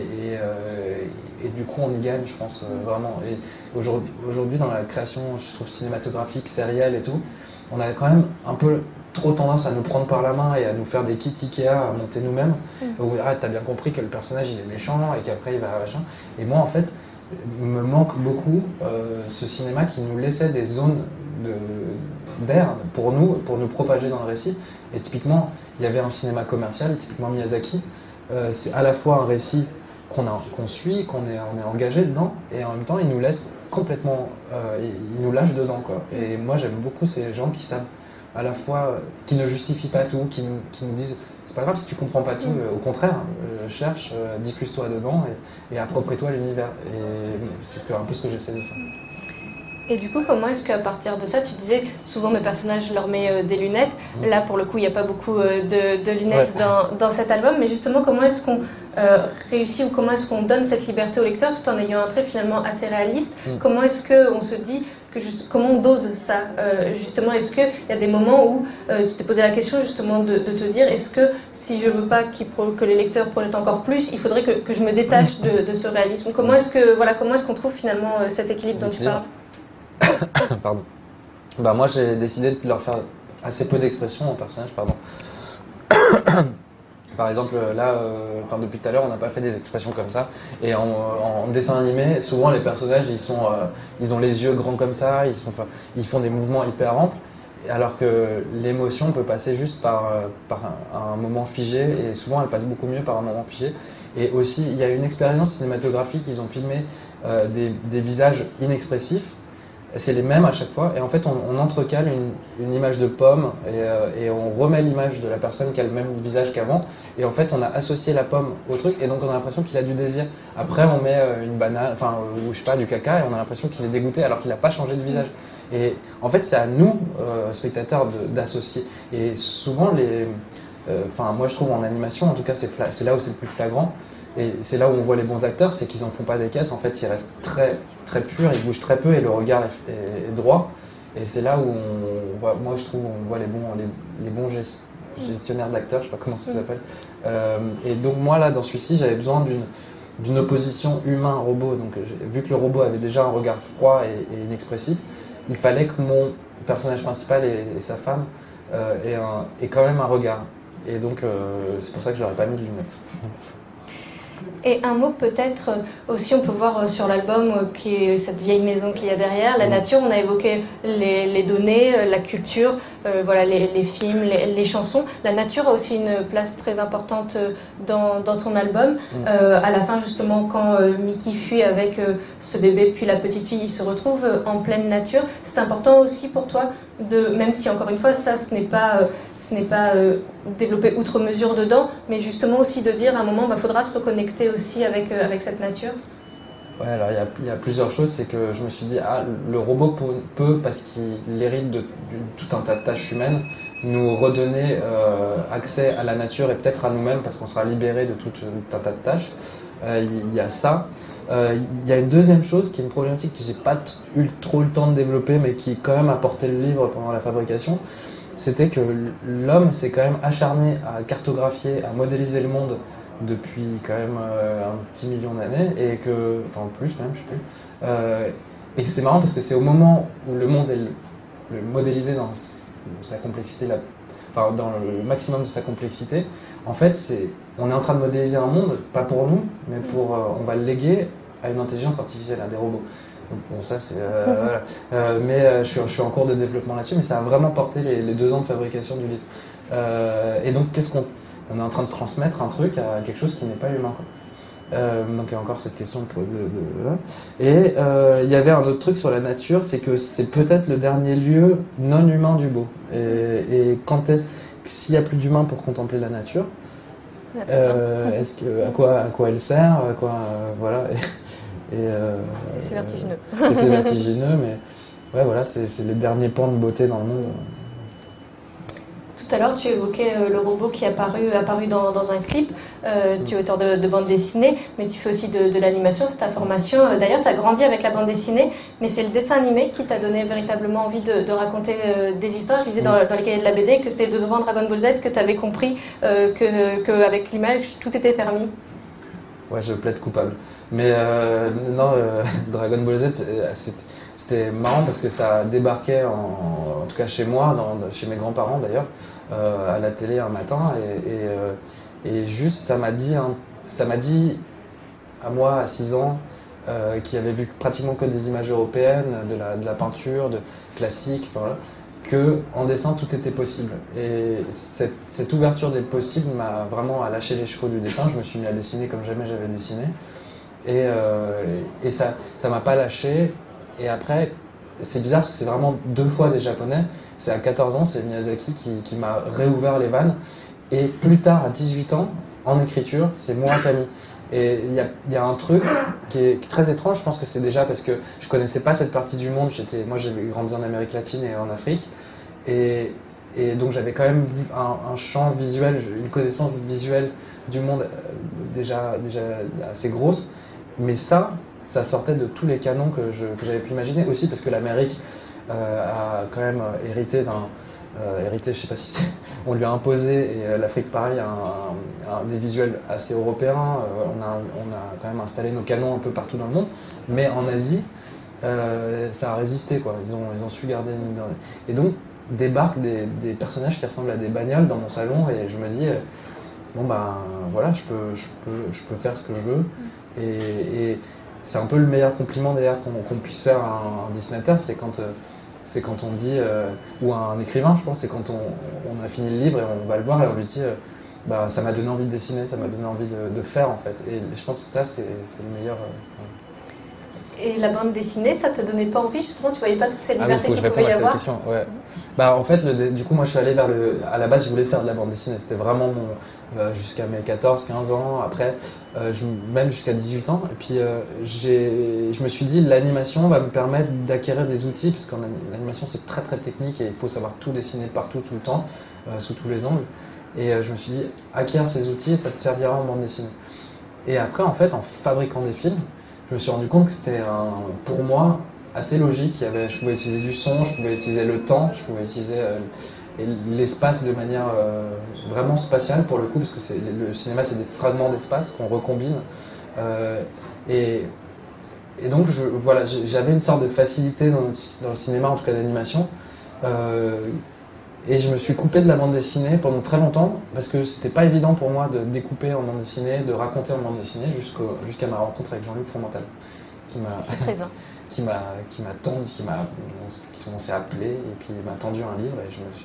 du coup on y gagne, je pense, vraiment. Et aujourd'hui dans la création, je trouve, cinématographique, sérielle et tout, on a quand même un peu trop tendance à nous prendre par la main et à nous faire des kits Ikea à monter nous-mêmes, où t'as bien compris que le personnage il est méchant et qu'après il va machin. Et moi en fait, me manque beaucoup ce cinéma qui nous laissait des zones d'air pour nous propager dans le récit. Et typiquement, il y avait un cinéma commercial, typiquement Miyazaki. C'est à la fois un récit qu'on suit, on est engagé dedans, et en même temps, ils nous laissent complètement, ils nous lâchent dedans, quoi. Et moi, j'aime beaucoup ces gens qui savent à la fois, qui ne justifient pas tout, qui nous disent, c'est pas grave si tu comprends pas tout, au contraire, cherche, diffuse-toi dedans et approprie-toi l'univers. Et c'est un peu ce que j'essaie de faire. Et du coup, comment est-ce qu'à partir de ça, tu disais, souvent mes personnages, je leur mets des lunettes. Là, pour le coup, il n'y a pas beaucoup de lunettes dans cet album. Mais justement, comment est-ce qu'on réussit ou comment est-ce qu'on donne cette liberté au lecteur tout en ayant un trait finalement assez réaliste? Comment est-ce qu'on se dit comment on dose ça justement? Est-ce qu'il y a des moments où tu t'es posé la question justement de te dire, est-ce que si je veux pas que les lecteurs projettent encore plus, il faudrait que je me détache de ce réalisme? Comment est-ce qu'on trouve finalement cet équilibre dont tu parles? Pardon. Bah moi j'ai décidé de leur faire assez peu d'expression en personnage, pardon. Par exemple là, depuis tout à l'heure on n'a pas fait des expressions comme ça. Et en dessin animé, souvent les personnages ils ont les yeux grands comme ça, ils font des mouvements hyper amples. Alors que l'émotion peut passer juste par un moment figé, et souvent elle passe beaucoup mieux par un moment figé. Et aussi il y a une expérience cinématographique, ils ont filmé des visages inexpressifs. C'est les mêmes à chaque fois, et en fait on entrecale une image de pomme et on remet l'image de la personne qui a le même visage qu'avant, et en fait on a associé la pomme au truc, et donc on a l'impression qu'il a du désir. Après on met une banane, ou je sais pas, du caca, et on a l'impression qu'il est dégoûté alors qu'il n'a pas changé de visage. Et en fait c'est à nous, spectateurs, d'associer. Et souvent moi je trouve en animation, en tout cas c'est là où c'est le plus flagrant. Et c'est là où on voit les bons acteurs, c'est qu'ils n'en font pas des caisses, en fait ils restent très, très purs, ils bougent très peu et le regard est droit. Et c'est là où moi je trouve on voit les bons gestionnaires d'acteurs, je sais pas comment ça s'appelle. Et donc moi là dans celui-ci j'avais besoin d'une opposition humain-robot. Donc vu que le robot avait déjà un regard froid et inexpressif, il fallait que mon personnage principal et sa femme aient quand même un regard. Et donc c'est pour ça que je leur ai pas mis de lunettes. Et un mot peut-être aussi, on peut voir sur l'album qui est cette vieille maison qu'il y a derrière, la nature. On a évoqué les données, la culture, les films, les chansons. La nature a aussi une place très importante dans ton album. À la fin justement, quand Mickey fuit avec ce bébé puis la petite fille, ils se retrouvent en pleine nature. C'est important aussi pour toi, même si encore une fois ça ce n'est pas développé outre mesure dedans, mais justement aussi de dire à un moment faudra se reconnecter aussi avec cette nature. Ouais, alors il y a plusieurs choses. C'est que je me suis dit, le robot peut, parce qu'il hérite de tout un tas de tâches humaines, nous redonner accès à la nature et peut-être à nous-mêmes parce qu'on sera libéré de tout un tas de tâches. Il y a ça. Il y a une deuxième chose qui est une problématique que j'ai pas eu trop le temps de développer, mais qui quand même a porté le livre pendant la fabrication. C'était que l'homme s'est quand même acharné à cartographier, à modéliser le monde depuis quand même un petit million d'années, et enfin plus même, je sais plus. Et c'est marrant parce que c'est au moment où le monde est modélisé dans sa complexité, dans le maximum de sa complexité, en fait on est en train de modéliser un monde, pas pour nous, mais on va le léguer à une intelligence artificielle, à des robots. Bon, ça c'est mais je suis en cours de développement là-dessus, mais ça a vraiment porté les 2 ans de fabrication du livre. Et donc on est en train de transmettre un truc à quelque chose qui n'est pas humain, quoi. Donc il y a encore cette question et il y avait un autre truc sur la nature, c'est que c'est peut-être le dernier lieu non humain du beau. Et s'il n'y a plus d'humains pour contempler la nature, à quoi elle sert, voilà. C'est vertigineux. C'est vertigineux, mais ouais, voilà, c'est les derniers pans de beauté dans le monde. Tout à l'heure, tu évoquais le robot qui est apparu dans un clip. Tu es auteur de bande dessinée, mais tu fais aussi de l'animation, c'est ta formation. D'ailleurs, tu as grandi avec la bande dessinée, mais c'est le dessin animé qui t'a donné véritablement envie de raconter des histoires. Je lisais dans les cahiers de la BD que c'était devant Dragon Ball Z que tu avais compris qu'avec l'image, tout était permis. Ouais, je plaide coupable. Mais non, Dragon Ball Z, c'était marrant parce que ça débarquait, en tout cas chez moi, chez mes grands-parents d'ailleurs, à la télé un matin, et juste ça m'a dit à moi, à 6 ans, qui avait vu pratiquement que des images européennes, de la peinture, classique, enfin, voilà, qu'en dessin tout était possible. Et cette ouverture des possibles m'a vraiment lâché les chevaux du dessin. Je me suis mis à dessiner comme jamais j'avais dessiné. Et ça m'a pas lâché. Et après, c'est bizarre parce que c'est vraiment 2 fois des japonais. C'est à 14 ans, c'est Miyazaki qui m'a réouvert les vannes. Et plus tard, à 18 ans, en écriture, c'est Murakami. Et il y a un truc qui est très étrange, je pense que c'est déjà parce que je connaissais pas cette partie du monde. Moi j'ai grandi en Amérique latine et en Afrique. Et donc j'avais quand même vu un champ visuel, une connaissance visuelle du monde déjà assez grosse. Mais ça sortait de tous les canons que j'avais pu imaginer. Aussi parce que l'Amérique a quand même hérité je sais pas si on lui a imposé, et l'Afrique pareil, des visuels assez européens. On a quand même installé nos canons un peu partout dans le monde, mais en Asie, ça a résisté, quoi. Ils ont su garder et donc débarquent des personnages qui ressemblent à des bagnoles dans mon salon, et je me dis bon ben voilà, je peux faire ce que je veux, et c'est un peu le meilleur compliment d'ailleurs qu'on puisse faire à un dessinateur, c'est quand on dit, ou à un écrivain, je pense, c'est quand on a fini le livre et on va le voir et on lui dit bah, ça m'a donné envie de dessiner, ça m'a donné envie de faire en fait. Et je pense que ça, c'est le meilleur. Et la bande dessinée, ça te donnait pas envie, justement, tu voyais pas toute cette Ah oui, il liberté faut que je qu'il pouvait réponde y à cette avoir? question. Ouais. Bah, en fait, du coup, moi je suis allé à la base, je voulais faire de la bande dessinée. C'était vraiment jusqu'à mes 14-15 ans, après, même jusqu'à 18 ans. Et puis, je me suis dit, l'animation va me permettre d'acquérir des outils, parce que l'animation c'est très très technique et il faut savoir tout dessiner partout, tout le temps, sous tous les angles. Et je me suis dit, acquiert ces outils et ça te servira en bande dessinée. Et après, en fait, en fabriquant des films, je me suis rendu compte que c'était pour moi assez logique. Je pouvais utiliser du son, je pouvais utiliser le temps, je pouvais utiliser l'espace de manière vraiment spatiale pour le coup, parce que le cinéma c'est des fragments d'espace qu'on recombine. Et donc voilà, j'avais une sorte de facilité dans le cinéma, en tout cas d'animation. Et je me suis coupé de la bande dessinée pendant très longtemps parce que c'était pas évident pour moi de découper en bande dessinée, de raconter en bande dessinée jusqu'à ma rencontre avec Jean-Luc Fromental C'est présent. qui on s'est appelé et puis il m'a tendu un livre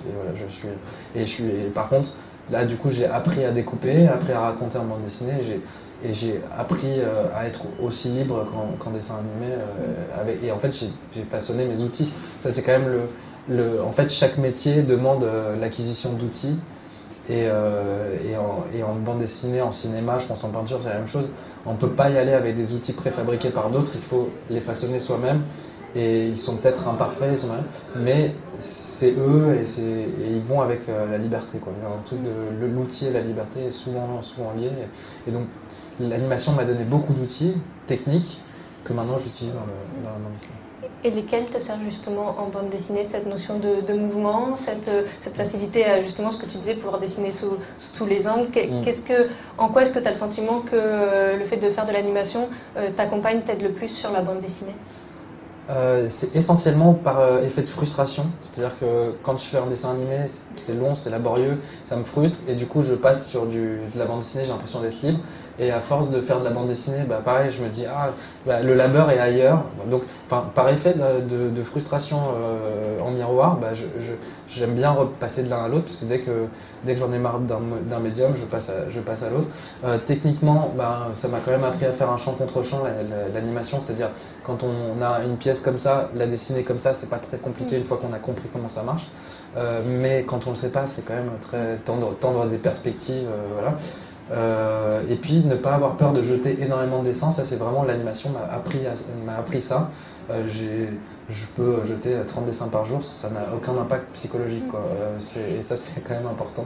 et par contre là du coup j'ai appris à découper, appris à raconter en bande dessinée et j'ai appris à être aussi libre qu'en dessin animé et en fait j'ai façonné mes outils. Ça c'est quand même en fait, chaque métier demande l'acquisition d'outils. Et en bande dessinée, en cinéma, je pense en peinture, c'est la même chose. On ne peut pas y aller avec des outils préfabriqués par d'autres, il faut les façonner soi-même. Et ils sont peut-être imparfaits, mais c'est eux et ils vont avec la liberté, quoi. Il y a un truc de l'outil et la liberté est souvent lié. Et donc l'animation m'a donné beaucoup d'outils techniques que maintenant j'utilise dans la bande dessinée. Et lesquels te servent justement en bande dessinée, cette notion de mouvement, cette facilité à justement ce que tu disais, pouvoir dessiner sous tous les angles. En quoi est-ce que tu as le sentiment que le fait de faire de l'animation t'accompagne, t'aide le plus sur la bande dessinée? C'est essentiellement par effet de frustration, c'est-à-dire que quand je fais un dessin animé, c'est long, c'est laborieux, ça me frustre et du coup je passe sur de la bande dessinée, j'ai l'impression d'être libre et à force de faire de la bande dessinée, bah, pareil, je me dis le labeur est ailleurs, donc par effet de frustration en miroir, bah, j'aime bien repasser de l'un à l'autre parce que dès que j'en ai marre d'un médium, je passe à l'autre. Techniquement, bah, ça m'a quand même appris à faire un champ contre champ, l'animation, c'est-à-dire quand on a une pièce comme ça, la dessiner comme ça, c'est pas très compliqué une fois qu'on a compris comment ça marche. Mais quand on le sait pas, c'est quand même très tendre des perspectives, voilà. Et puis ne pas avoir peur de jeter énormément de dessins, ça c'est vraiment l'animation m'a appris ça. Je peux jeter 30 dessins par jour, ça n'a aucun impact psychologique, quoi. Et ça c'est quand même important.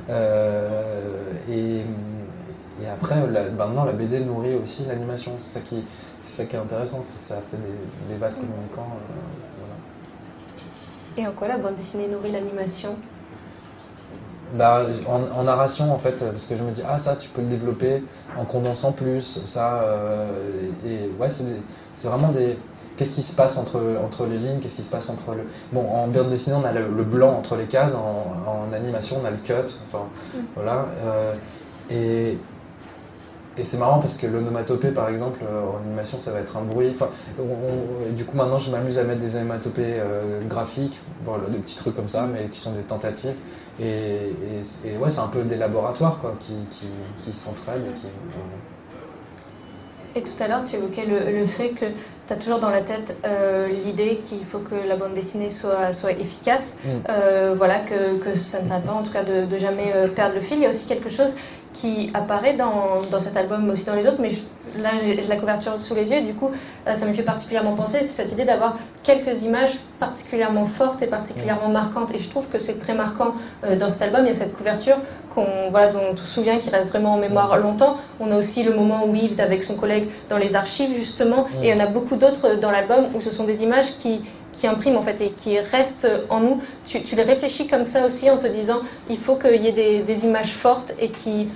Et après, maintenant, la BD nourrit aussi l'animation. C'est ça qui est intéressant, c'est que ça fait des vases communicants. Voilà. Et en quoi la bande dessinée nourrit l'animation? Bah, en narration, en fait, parce que je me dis, ça, tu peux le développer en condensant plus. Ça, et ouais, c'est vraiment qu'est-ce qui se passe entre les lignes, qu'est-ce qui se passe entre Bon, en bande dessinée, on a le blanc entre les cases, en animation, on a le cut, enfin, voilà. Et c'est marrant parce que l'onomatopée, par exemple, en animation, ça va être un bruit. Enfin, du coup, maintenant, je m'amuse à mettre des onomatopées graphiques, voilà, des petits trucs comme ça, mais qui sont des tentatives. Et ouais, c'est un peu des laboratoires quoi, qui s'entraînent. Et tout à l'heure, tu évoquais le fait que tu as toujours dans la tête l'idée qu'il faut que la bande dessinée soit efficace, voilà, que ça ne s'arrête pas, en tout cas, de jamais perdre le fil. Il y a aussi quelque chose qui apparaît dans cet album, mais aussi dans les autres, mais là j'ai la couverture sous les yeux, et du coup ça me fait particulièrement penser, c'est cette idée d'avoir quelques images particulièrement fortes et particulièrement marquantes, et je trouve que c'est très marquant dans cet album. Il y a cette couverture voilà, dont on se souvient, qui reste vraiment en mémoire longtemps. On a aussi le moment où Yves est avec son collègue dans les archives justement, et il y en a beaucoup d'autres dans l'album où ce sont des images qui impriment en fait et qui restent en nous. Tu les réfléchis comme ça aussi en te disant il faut qu'il y ait des images fortes et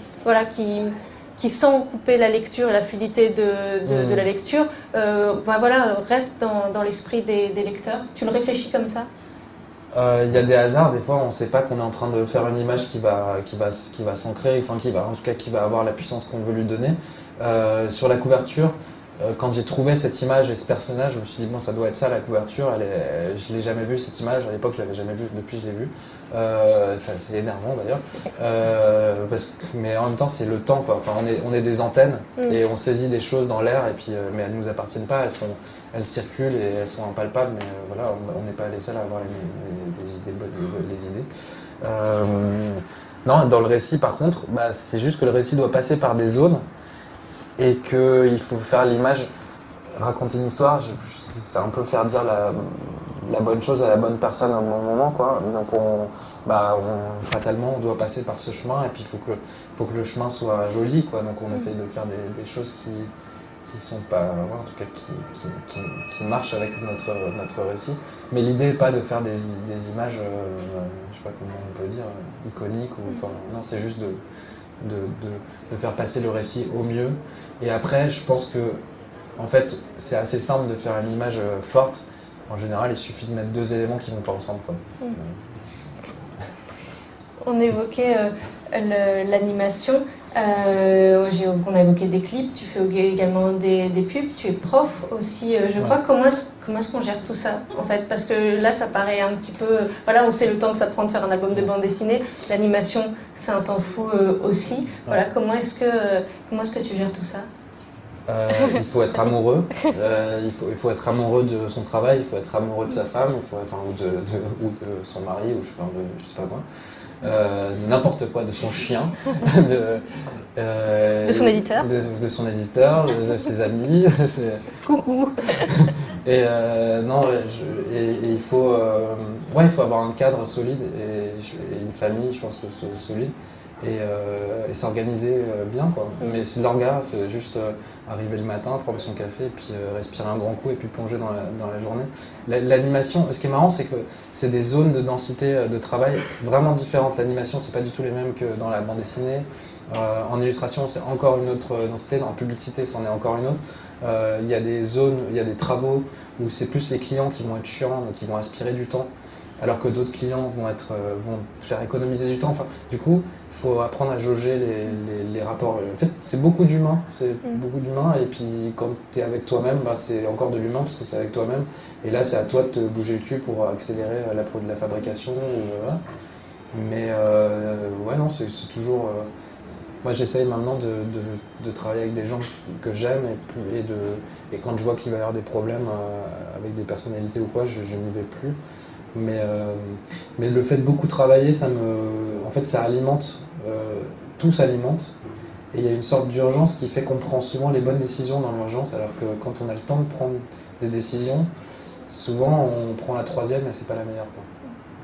qui sans couper la lecture et la fluidité de la lecture, voilà, restent dans l'esprit des lecteurs. Tu le réfléchis comme ça? Il y a des hasards, des fois on ne sait pas qu'on est en train de faire une image qui va s'ancrer, enfin en tout cas qui va avoir la puissance qu'on veut lui donner. Sur la couverture, quand j'ai trouvé cette image et ce personnage, je me suis dit bon, ça doit être ça la couverture. Je l'ai jamais vue cette image, à l'époque je l'avais jamais vue, depuis je l'ai vue. C'est énervant d'ailleurs, mais en même temps c'est le temps quoi. Enfin, on est des antennes et on saisit des choses dans l'air et puis mais elles nous appartiennent pas, elles circulent et elles sont impalpables, mais voilà, on n'est pas les seuls à avoir les idées. Non, dans le récit par contre, c'est juste que le récit doit passer par des zones. Et qu'il faut faire l'image, raconter une histoire, c'est un peu faire dire la bonne chose à la bonne personne à un bon moment, quoi. Donc fatalement, on doit passer par ce chemin, et puis il faut que le chemin soit joli, quoi. Donc on essaye de faire des choses qui sont pas, ouais, en tout cas qui marchent avec notre récit. Mais l'idée n'est pas de faire des images, je sais pas comment on peut dire, iconiques, non, c'est juste de faire passer le récit au mieux. Et après, je pense que en fait, c'est assez simple de faire une image forte. En général, il suffit de mettre deux éléments qui vont pas ensemble, quoi. On évoquait l'animation. On a évoqué des clips, tu fais également des pubs, tu es prof aussi, je crois. Comment est-ce qu'on gère tout ça en fait? Parce que là, ça paraît un petit peu. Voilà, on sait le temps que ça prend de faire un album de bande dessinée. L'animation, c'est un temps fou aussi. Voilà, comment est-ce que tu gères tout ça? Il faut être amoureux. Il faut être amoureux de son travail, il faut être amoureux de sa femme, ou de son mari, ou je sais pas quoi. N'importe quoi, de son chien, de son éditeur, de son éditeur, de ses amis. Coucou. Et non, il faut avoir un cadre solide et une famille, je pense que c'est solide. Et s'organiser bien, quoi. Mais c'est de l'orga, c'est juste arriver le matin, prendre son café, et puis respirer un grand coup, et puis plonger dans la journée. L'animation, ce qui est marrant, c'est que c'est des zones de densité de travail vraiment différentes. L'animation, c'est pas du tout les mêmes que dans la bande dessinée. En illustration, c'est encore une autre densité. En publicité, c'en est encore une autre. Il y a des zones, il y a des travaux où c'est plus les clients qui vont être chiants, qui vont aspirer du temps, alors que d'autres clients vont faire économiser du temps. Enfin, du coup, il faut apprendre à jauger les rapports. En fait, c'est beaucoup d'humains. Et puis, quand tu es avec toi-même, c'est encore de l'humain parce que c'est avec toi-même. Et là, c'est à toi de te bouger le cul pour accélérer la fabrication. Voilà. Mais ouais, non, c'est toujours. Moi, j'essaye maintenant de travailler avec des gens que j'aime et quand je vois qu'il va y avoir des problèmes avec des personnalités ou quoi, je n'y vais plus. Mais le fait de beaucoup travailler, en fait, ça alimente, tout s'alimente. Et il y a une sorte d'urgence qui fait qu'on prend souvent les bonnes décisions dans l'urgence, alors que quand on a le temps de prendre des décisions, souvent on prend la troisième et c'est pas la meilleure, quoi.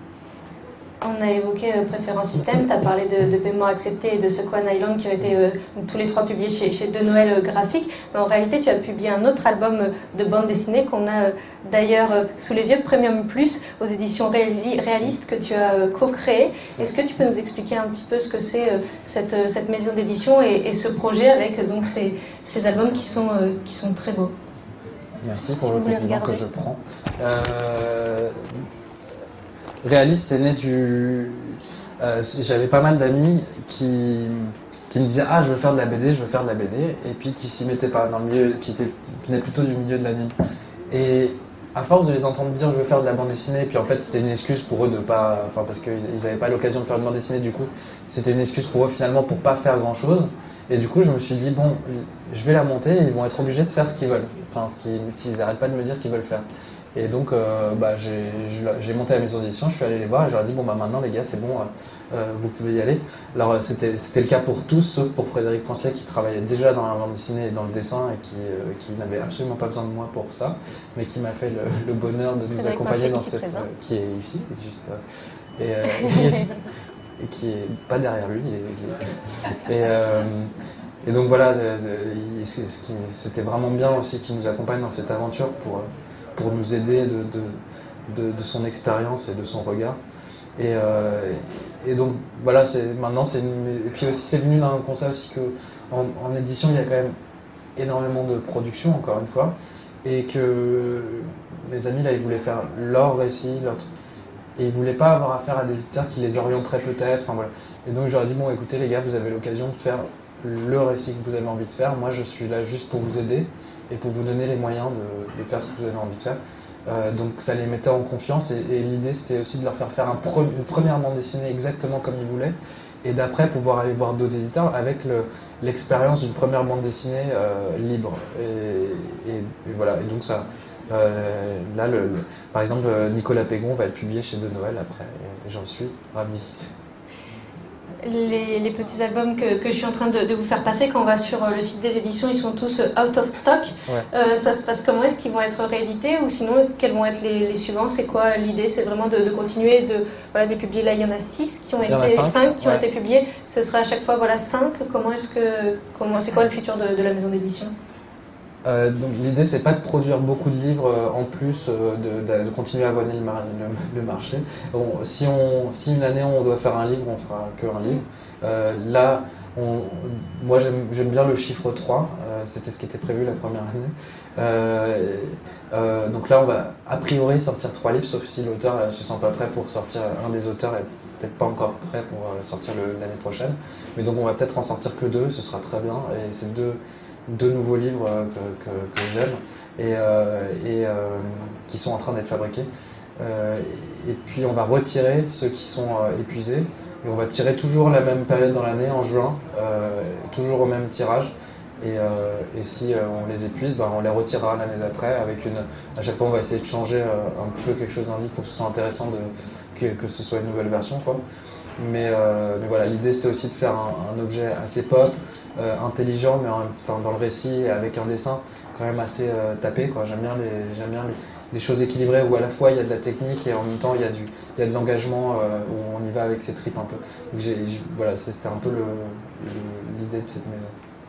On a évoqué Préférence Système, tu as parlé de Paiement Accepté et de Sequoia Island qui ont été tous les trois publiés chez De Noël Graphique. Mais en réalité, tu as publié un autre album de bande dessinée qu'on a d'ailleurs sous les yeux, Premium Plus, aux éditions Réalistes, que tu as co-créé. Est-ce que tu peux nous expliquer un petit peu ce que c'est cette maison d'édition et ce projet avec donc ces albums qui sont très beaux? Merci pour le compliment que je prends. Réaliste, c'est né j'avais pas mal d'amis qui qui me disaient ah je veux faire de la BD, je veux faire de la BD, et puis qui s'y mettaient pas dans le milieu, qui venaient plutôt du milieu de l'anime. Et à force de les entendre dire je veux faire de la bande dessinée, et puis en fait c'était une excuse pour eux de pas, enfin parce qu'ils n'avaient pas l'occasion de faire une bande dessinée, du coup c'était une excuse pour eux finalement pour pas faire grand chose. Et du coup je me suis dit bon je vais la monter et ils vont être obligés de faire ce qu'ils veulent, enfin ils n'arrêtent pas de me dire qu'ils veulent faire. Et donc j'ai monté la maison d'édition, je suis allé les voir et je leur ai dit bon bah maintenant les gars c'est bon, vous pouvez y aller. Alors c'était le cas pour tous sauf pour Frédéric Poncelet qui travaillait déjà dans la bande dessinée et dans le dessin et qui n'avait absolument pas besoin de moi pour ça, mais qui m'a fait le bonheur de nous accompagner dans cette qui est ici juste et qui est pas derrière lui. Et donc voilà, c'était vraiment bien aussi qu'il nous accompagne dans cette aventure pour nous aider de son expérience et de son regard. Et donc voilà, et puis aussi c'est venu d'un constat aussi que en édition il y a quand même énormément de production encore une fois, et que mes amis là ils voulaient faire leur récit, leur truc. Et ils ne voulaient pas avoir affaire à des éditeurs qui les orienteraient peut-être. Enfin, voilà. Et donc je leur ai dit, bon écoutez les gars, vous avez l'occasion de faire le récit que vous avez envie de faire. Moi je suis là juste pour vous aider et pour vous donner les moyens de faire ce que vous avez envie de faire. Donc ça les mettait en confiance et l'idée c'était aussi de leur faire une première bande dessinée exactement comme ils voulaient. Et d'après pouvoir aller voir d'autres éditeurs avec l'expérience d'une première bande dessinée libre. Et voilà, et donc ça... là, par exemple, Nicolas Pégon va être publié chez De Noël après, et j'en suis ravi. Les petits albums que je suis en train de vous faire passer, quand on va sur le site des éditions, ils sont tous out of stock. Ouais. Ça se passe comment? Est-ce qu'ils vont être réédités ou sinon quels vont être les suivants? C'est quoi l'idée? C'est vraiment de continuer de les publier. Là, il y en a 6 qui ont été 5 qui ont été publiés. Ce sera à chaque fois 5. C'est quoi le futur de la maison d'édition? Donc l'idée c'est pas de produire beaucoup de livres en plus de continuer à avoiner le marché. Bon, si une année on doit faire un livre, on fera qu'un livre. Là, moi j'aime bien le chiffre 3, c'était ce qui était prévu la première année. Donc là on va a priori sortir 3 livres, sauf si l'auteur ne se sent pas prêt pour sortir, un des auteurs est peut-être pas encore prêt pour sortir l'année prochaine. Mais donc on va peut-être en sortir que 2, ce sera très bien. Et c'est deux nouveaux livres que j'aime et qui sont en train d'être fabriqués. Et puis on va retirer ceux qui sont épuisés et on va tirer toujours la même période dans l'année, en juin, toujours au même tirage. Et si on les épuise, on les retirera l'année d'après. À chaque fois on va essayer de changer un peu quelque chose dans le livre pour que ce soit intéressant que ce soit une nouvelle version, quoi. Mais voilà, l'idée c'était aussi de faire un objet assez pop, intelligent, mais dans le récit avec un dessin quand même assez tapé, quoi. J'aime bien les choses équilibrées où à la fois il y a de la technique et en même temps il y a de l'engagement où on y va avec ses tripes un peu. Donc voilà, c'était un peu l'idée de cette maison.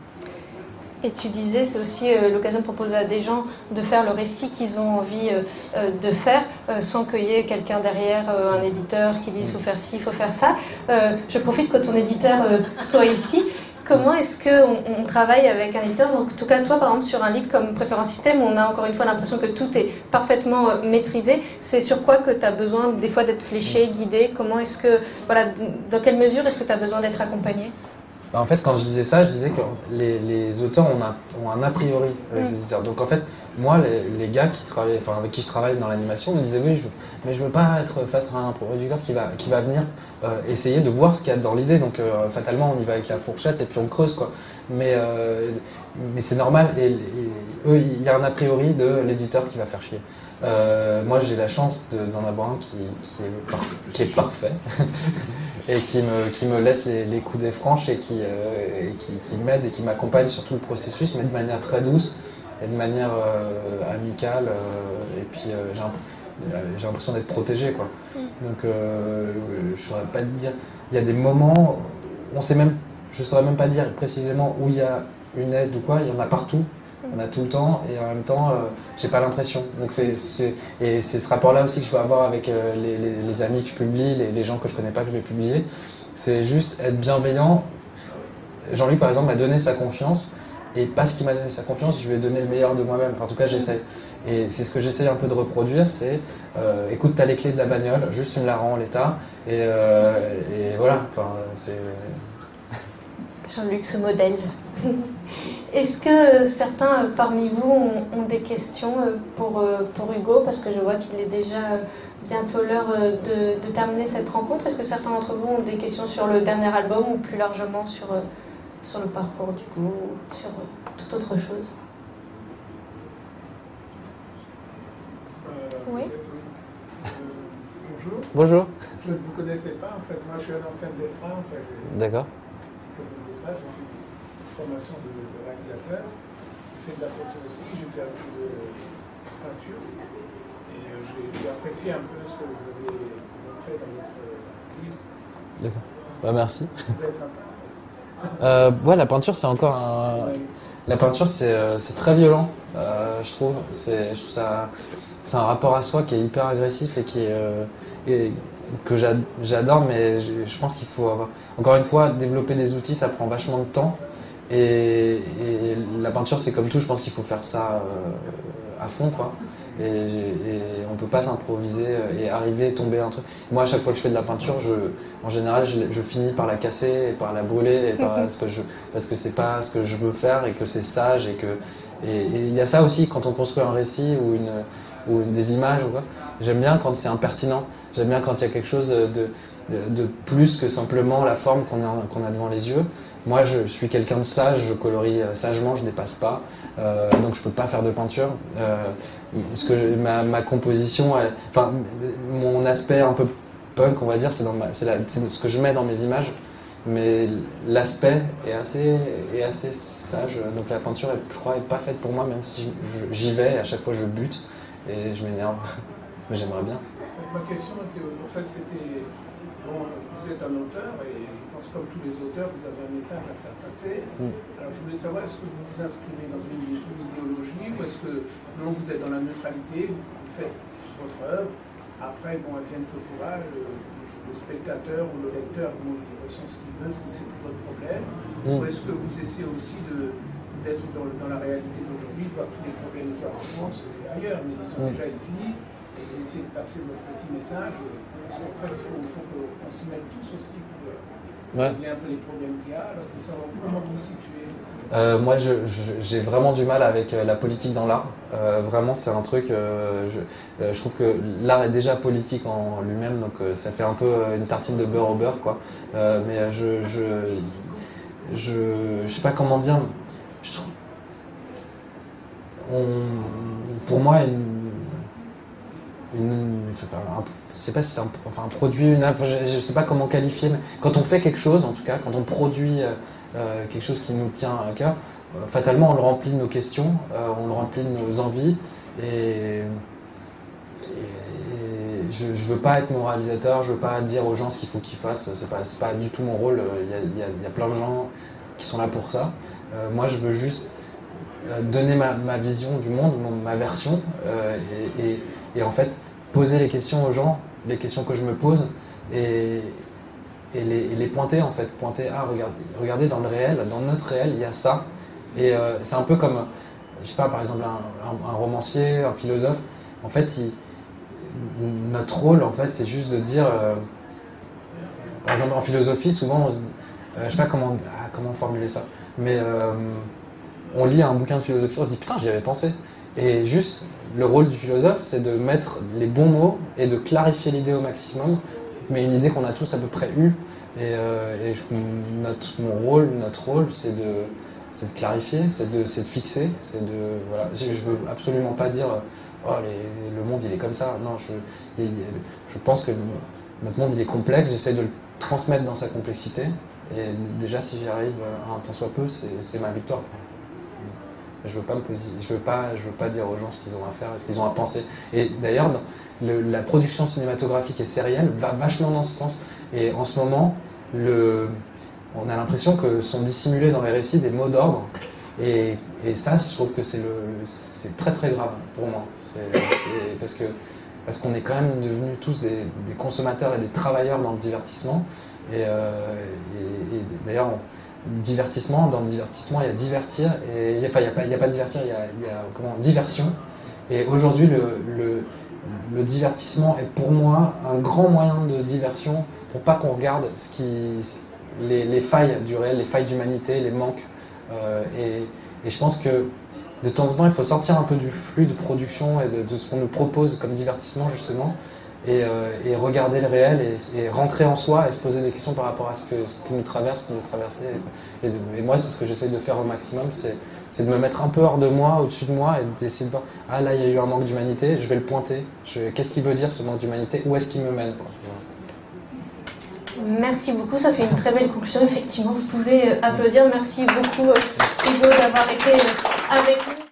Et tu disais, c'est aussi l'occasion de proposer à des gens de faire le récit qu'ils ont envie de faire, sans qu'il y ait quelqu'un derrière, un éditeur qui dise « faut faire ci, il faut faire ça ». Je profite que ton éditeur soit ici. Comment est-ce qu'on travaille avec un éditeur? Donc, en tout cas, toi, par exemple, sur un livre comme Préférence Système, on a encore une fois l'impression que tout est parfaitement maîtrisé. C'est sur quoi que tu as besoin des fois d'être fléché, guidé? Comment est-ce que, dans quelle mesure est-ce que tu as besoin d'être accompagné? En fait, quand je disais ça, je disais que les auteurs ont un a priori avec les éditeurs. Donc en fait, moi, les gars avec qui je travaille dans l'animation me disaient oui, mais je veux pas être face à un producteur qui va venir essayer de voir ce qu'il y a dans l'idée. Donc fatalement, on y va avec la fourchette et puis on creuse, quoi. Mais c'est normal. Et eux, il y a un a priori de l'éditeur qui va faire chier. Moi, j'ai la chance d'en avoir un qui est parfait et qui me laisse les coudées franches et qui m'aide et qui m'accompagne sur tout le processus, mais de manière très douce et de manière amicale. Et puis, j'ai l'impression d'être protégé, quoi. Donc, je ne saurais pas te dire. Il y a des moments, je ne saurais même pas dire précisément où il y a une aide ou quoi. Il y en a partout. On a tout le temps et en même temps j'ai pas l'impression. Donc c'est ce rapport-là aussi que je peux avoir avec les amis que je publie, les gens que je connais pas que je vais publier. C'est juste être bienveillant. Jean-Luc par exemple m'a donné sa confiance et parce qu'il m'a donné sa confiance, je lui ai donné le meilleur de moi-même. Enfin, en tout cas j'essaye. Et c'est ce que j'essaye un peu de reproduire, c'est écoute, t'as les clés de la bagnole, juste tu me la rends en l'état et voilà. Enfin, c'est... Jean-Luc, ce modèle. Est-ce que certains parmi vous ont des questions pour Hugo? Parce que je vois qu'il est déjà bientôt l'heure de terminer cette rencontre. Est-ce que certains d'entre vous ont des questions sur le dernier album ou plus largement sur le parcours d'Hugo ou sur toute autre chose? Oui. Bonjour. Bonjour. Je ne vous connaissais pas en fait. Moi je suis un ancien dessin en fait. D'accord. J'ai fait une formation de réalisateur. J'ai fait de la photo aussi. J'ai fait un peu de peinture. Et j'ai apprécié un peu ce que vous avez montré dans votre livre. D'accord. Bah, merci. Vous pouvez être un peintre aussi. Ouais, la peinture c'est encore un. Ouais. La peinture c'est très violent, je trouve. Je trouve ça. C'est un rapport à soi qui est hyper agressif et que j'adore, mais je pense qu'il faut encore une fois développer des outils, ça prend vachement de temps. Et la peinture, c'est comme tout, je pense qu'il faut faire ça à fond, quoi. Et on peut pas s'improviser et arriver, tomber un truc. Moi, à chaque fois que je fais de la peinture, en général, je finis par la casser et par la brûler parce que c'est pas ce que je veux faire et que c'est sage et il y a ça aussi quand on construit un récit ou des images ou quoi. J'aime bien quand c'est impertinent. J'aime bien quand il y a quelque chose de plus que simplement la forme qu'on a devant les yeux. Moi, je suis quelqu'un de sage, je colorie sagement, je dépasse pas, donc je peux pas faire de peinture. Ma composition, enfin mon aspect un peu punk, on va dire, c'est ce que je mets dans mes images, mais l'aspect est assez sage. Donc la peinture, je crois, est pas faite pour moi, même si j'y vais et à chaque fois je bute et je m'énerve, mais j'aimerais bien. Ma question était, en fait, c'était, bon, vous êtes un auteur et je pense comme tous les auteurs, vous avez un message à faire passer. Alors je voulais savoir, est-ce que vous vous inscrivez dans une idéologie ou est-ce que non, vous êtes dans la neutralité, vous faites votre œuvre, après, bon, advienne que pourra, le spectateur ou le lecteur, bon, il ressent ce qu'il veut, c'est tout votre problème. Ou est-ce que vous essayez aussi d'être dans la réalité d'aujourd'hui, de voir tous les problèmes qu'il y a en France et ailleurs, mais ils sont déjà ici, et d'essayer de passer votre petit message. Parce qu'en fait, il faut qu'on s'y mette tous aussi pour régler un peu les problèmes qu'il y a. Alors, comment vous vous situez? Moi, j'ai vraiment du mal avec la politique dans l'art. Vraiment, c'est un truc. Je trouve que l'art est déjà politique en lui-même, donc ça fait un peu une tartine de beurre au beurre, quoi. Mais je sais pas comment dire. Pour moi, je sais pas si c'est un produit, je sais pas comment qualifier, mais quand on fait quelque chose, en tout cas, quand on produit quelque chose qui nous tient à cœur, fatalement on le remplit de nos questions, on le remplit de nos envies, et je veux pas être moralisateur, je veux pas dire aux gens ce qu'il faut qu'ils fassent, c'est pas du tout mon rôle, il y a plein de gens qui sont là pour ça. Moi je veux juste donner ma vision du monde, ma version, et en fait poser les questions aux gens, les questions que je me pose, et les pointer en fait, regardez dans le réel, dans notre réel, il y a ça, et c'est un peu comme, je sais pas, par exemple un romancier, un philosophe, en fait notre rôle en fait c'est juste de dire, par exemple en philosophie souvent, je sais pas comment formuler ça, mais on lit un bouquin de philosophie, on se dit putain j'y avais pensé, et juste le rôle du philosophe c'est de mettre les bons mots et de clarifier l'idée au maximum, mais une idée qu'on a tous à peu près eue, et notre rôle c'est de clarifier, c'est de fixer, voilà. Je veux absolument pas dire oh le monde il est comme ça, non, je pense que notre monde il est complexe, j'essaie de le transmettre dans sa complexité, et déjà si j'y arrive un tant soit peu, c'est ma victoire. Je veux pas dire aux gens ce qu'ils ont à faire, ce qu'ils ont à penser. Et d'ailleurs, la production cinématographique et sérielle va vachement dans ce sens. Et en ce moment, on a l'impression que sont dissimulés dans les récits des mots d'ordre. Et ça, je trouve que c'est très très grave pour moi. Parce qu'on est quand même devenus tous des consommateurs et des travailleurs dans le divertissement. Et d'ailleurs, dans le divertissement, il y a divertir, et il y a pas divertir, il y a diversion. Et aujourd'hui, le divertissement est pour moi un grand moyen de diversion pour pas qu'on regarde les failles du réel, les failles d'humanité, les manques. Et je pense que de temps en temps, il faut sortir un peu du flux de production et de ce qu'on nous propose comme divertissement, justement, et regarder le réel et rentrer en soi et se poser des questions par rapport à ce qui nous traverse, ce qui nous traverse. Et moi, c'est ce que j'essaye de faire au maximum, c'est de me mettre un peu hors de moi, au-dessus de moi, et d'essayer de voir, ah là, il y a eu un manque d'humanité, je vais le pointer. Qu'est-ce qu'il veut dire, ce manque d'humanité? Où est-ce qu'il me mène, quoi. Merci beaucoup, ça fait une très belle conclusion. Effectivement, vous pouvez applaudir. Merci beaucoup, Hugo, d'avoir été avec nous.